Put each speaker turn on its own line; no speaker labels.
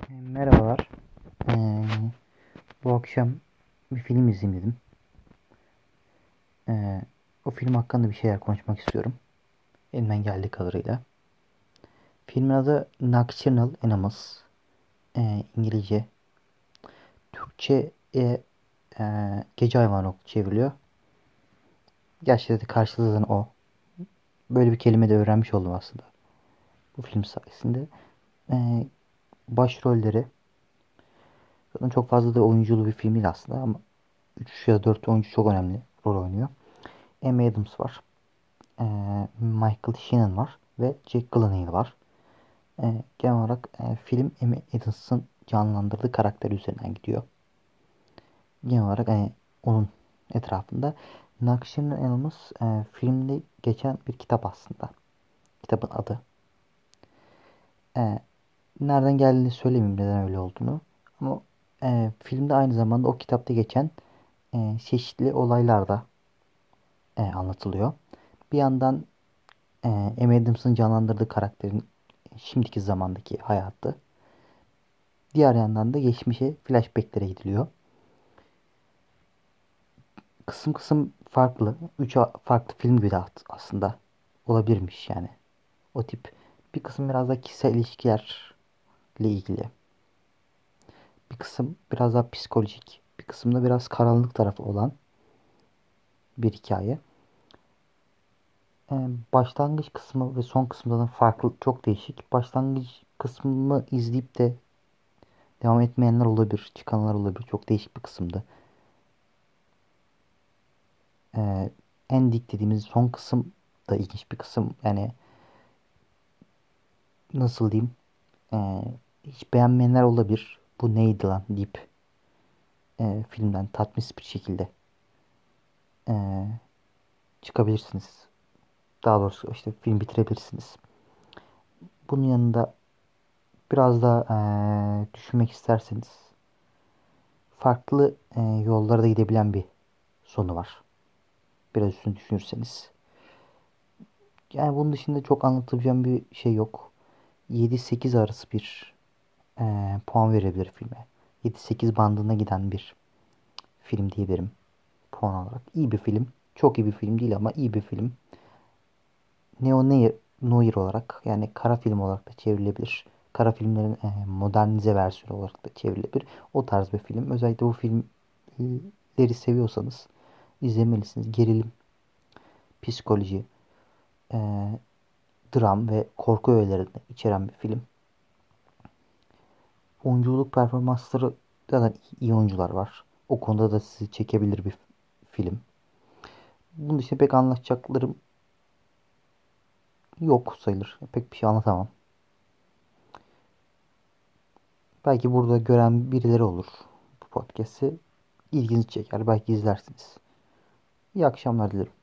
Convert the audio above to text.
Merhabalar. Ee, Bu akşam bir film izleyeyim dedim. Ee, O film hakkında bir şeyler konuşmak istiyorum. Elimden geldiği kadarıyla. Filmin adı Nocturnal Animals. İngilizce. Türkçe gece hayvanı çevriliyor. Gerçekten de karşılığı zaten o. Böyle bir kelime de öğrenmiş oldum aslında. Bu film sayesinde. Ee, Başrolleri. Zaten çok fazla da oyunculu bir film değil aslında ama 3 ya da 4 oyuncu çok önemli rol oynuyor. Amy Adams var. Michael Sheenan var ve Jack Gyllenhaal var. Genel olarak film Amy Adams'ın canlandırdığı karakter üzerinden gidiyor. Genel olarak onun etrafında. Nocturnal Animals filmde geçen bir kitap aslında. Kitabın adı. E, Nereden geldiğini söylemeyeyim neden öyle olduğunu. Ama filmde aynı zamanda o kitapta geçen çeşitli olaylar da anlatılıyor. Bir yandan Amy Adams'ın canlandırdığı karakterin şimdiki zamandaki hayatı. Diğer yandan da geçmişe flashbacklere gidiliyor. Kısım kısım farklı. Üç farklı film gibi de aslında olabilirmiş yani. O tip bir kısım biraz da kişisel ilişkilerle ilgili. Bir kısım biraz daha psikolojik. Bir kısımda biraz karanlık tarafı olan bir hikaye. Başlangıç kısmı ve son kısmından farklı, çok değişik. Başlangıç kısmını izleyip de devam etmeyenler olabilir, çıkanlar olabilir. Çok değişik bir kısımdı. Ee, Ending dediğimiz son kısım da ilginç bir kısım. Yani nasıl diyeyim? Ee, Hiç beğenmeyenler olabilir. Bu neydi lan deyip filmden tatminsiz bir şekilde ee, çıkabilirsiniz. Daha doğrusu işte film bitirebilirsiniz. Bunun yanında biraz daha düşünmek isterseniz farklı yollara da gidebilen bir sonu var. Biraz üstüne düşünürseniz. Yani bunun dışında çok anlatabileceğim bir şey yok. 7-8 arası bir puan verebilir filme. 7-8 bandına giden bir film diyebilirim puan olarak. İyi bir film. Çok iyi bir film değil ama iyi bir film. Neo Noir olarak yani kara film olarak da çevrilebilir. Kara filmlerin modernize versiyonu olarak da çevrilebilir. O tarz bir film. Özellikle bu filmleri seviyorsanız izlemelisiniz. Gerilim, psikoloji, e, dram ve korku öğelerini içeren bir film. Oyunculuk performansları zaten iyi oyuncular var. O konuda da sizi çekebilir bir film. Bunun dışında pek anlatacaklarım yok sayılır. Pek bir şey anlatamam. Belki burada gören birileri olur bu podcast'i. İlginizi çeker. Belki izlersiniz. İyi akşamlar dilerim.